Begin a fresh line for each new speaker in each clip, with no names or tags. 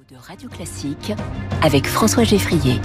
De Radio Classique avec François Geffrier.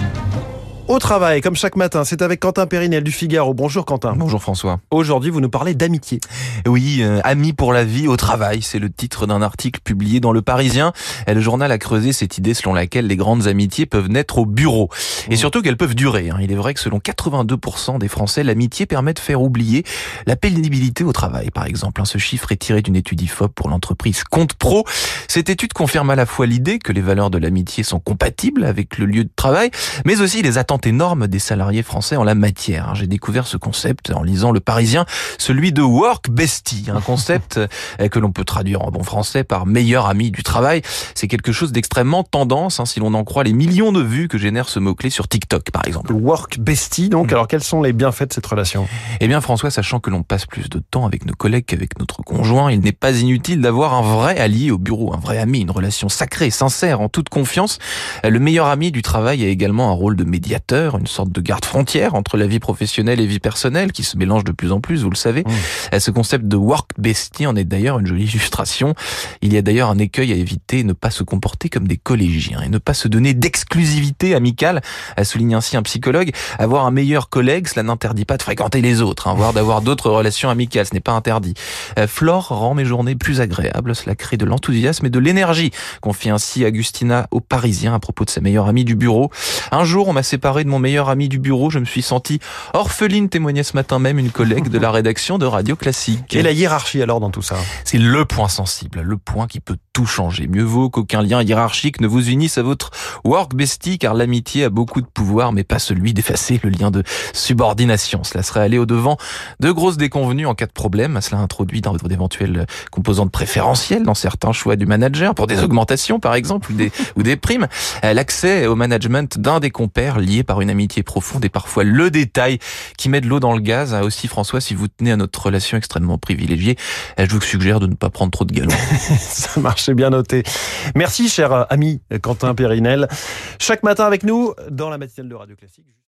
Au travail, comme chaque matin, c'est avec Quentin Périnel du Figaro. Bonjour Quentin.
Bonjour François.
Aujourd'hui, vous nous parlez d'amitié.
Oui, amis pour la vie au travail, c'est le titre d'un article publié dans Le Parisien. Et le journal a creusé cette idée selon laquelle les grandes amitiés peuvent naître au bureau. Et surtout qu'elles peuvent durer. Il est vrai que selon 82% des Français, l'amitié permet de faire oublier la pénibilité au travail, par exemple. Ce chiffre est tiré d'une étude IFOP pour l'entreprise Compte Pro. Cette étude confirme à la fois l'idée que les valeurs de l'amitié sont compatibles avec le lieu de travail, mais aussi les attentes énorme des salariés français en la matière. J'ai découvert ce concept en lisant Le Parisien, celui de work bestie, un concept que l'on peut traduire en bon français par meilleur ami du travail. C'est quelque chose d'extrêmement tendance, si l'on en croit les millions de vues que génère ce mot-clé sur TikTok, par exemple.
Work bestie, donc. Alors, quels sont les bienfaits de cette relation ?
Eh bien, François, sachant que l'on passe plus de temps avec nos collègues qu'avec notre conjoint, il n'est pas inutile d'avoir un vrai allié au bureau, un vrai ami, une relation sacrée, sincère, en toute confiance. Le meilleur ami du travail a également un rôle de médiateur, une sorte de garde-frontière entre la vie professionnelle et vie personnelle qui se mélange de plus en plus, vous le savez. Ce concept de work bestie en est d'ailleurs une jolie illustration. Il y a d'ailleurs un écueil à éviter, ne pas se comporter comme des collégiens et ne pas se donner d'exclusivité amicale, a souligné ainsi un psychologue. Avoir un meilleur collègue, cela n'interdit pas de fréquenter les autres, voire d'avoir d'autres relations amicales, ce n'est pas interdit. Flore rend mes journées plus agréables, cela crée de l'enthousiasme et de l'énergie, confie ainsi Agustina au Parisien à propos de sa meilleure amie du bureau. Un jour, on m'a séparé de mon meilleur ami du bureau, je me suis sentie orpheline, témoignait ce matin même une collègue de la rédaction de Radio Classique.
Et la hiérarchie alors dans tout ça ?
C'est le point sensible, le point qui peut tout changer. Mieux vaut qu'aucun lien hiérarchique ne vous unisse à votre work bestie, car l'amitié a beaucoup de pouvoir, mais pas celui d'effacer le lien de subordination. Cela serait aller au-devant de grosses déconvenues en cas de problème. Cela introduit dans d'éventuelles composantes préférentielles dans certains choix du manager, pour des augmentations par exemple, ou des primes. L'accès au management d'un des compères lié par une amitié profonde et parfois le détail qui met de l'eau dans le gaz. Aussi François, si vous tenez à notre relation extrêmement privilégiée, je vous suggère de ne pas prendre trop de galons.
Ça marche, c'est bien noté. Merci cher ami Quentin Périnel. Chaque matin avec nous dans la matinale de Radio Classique.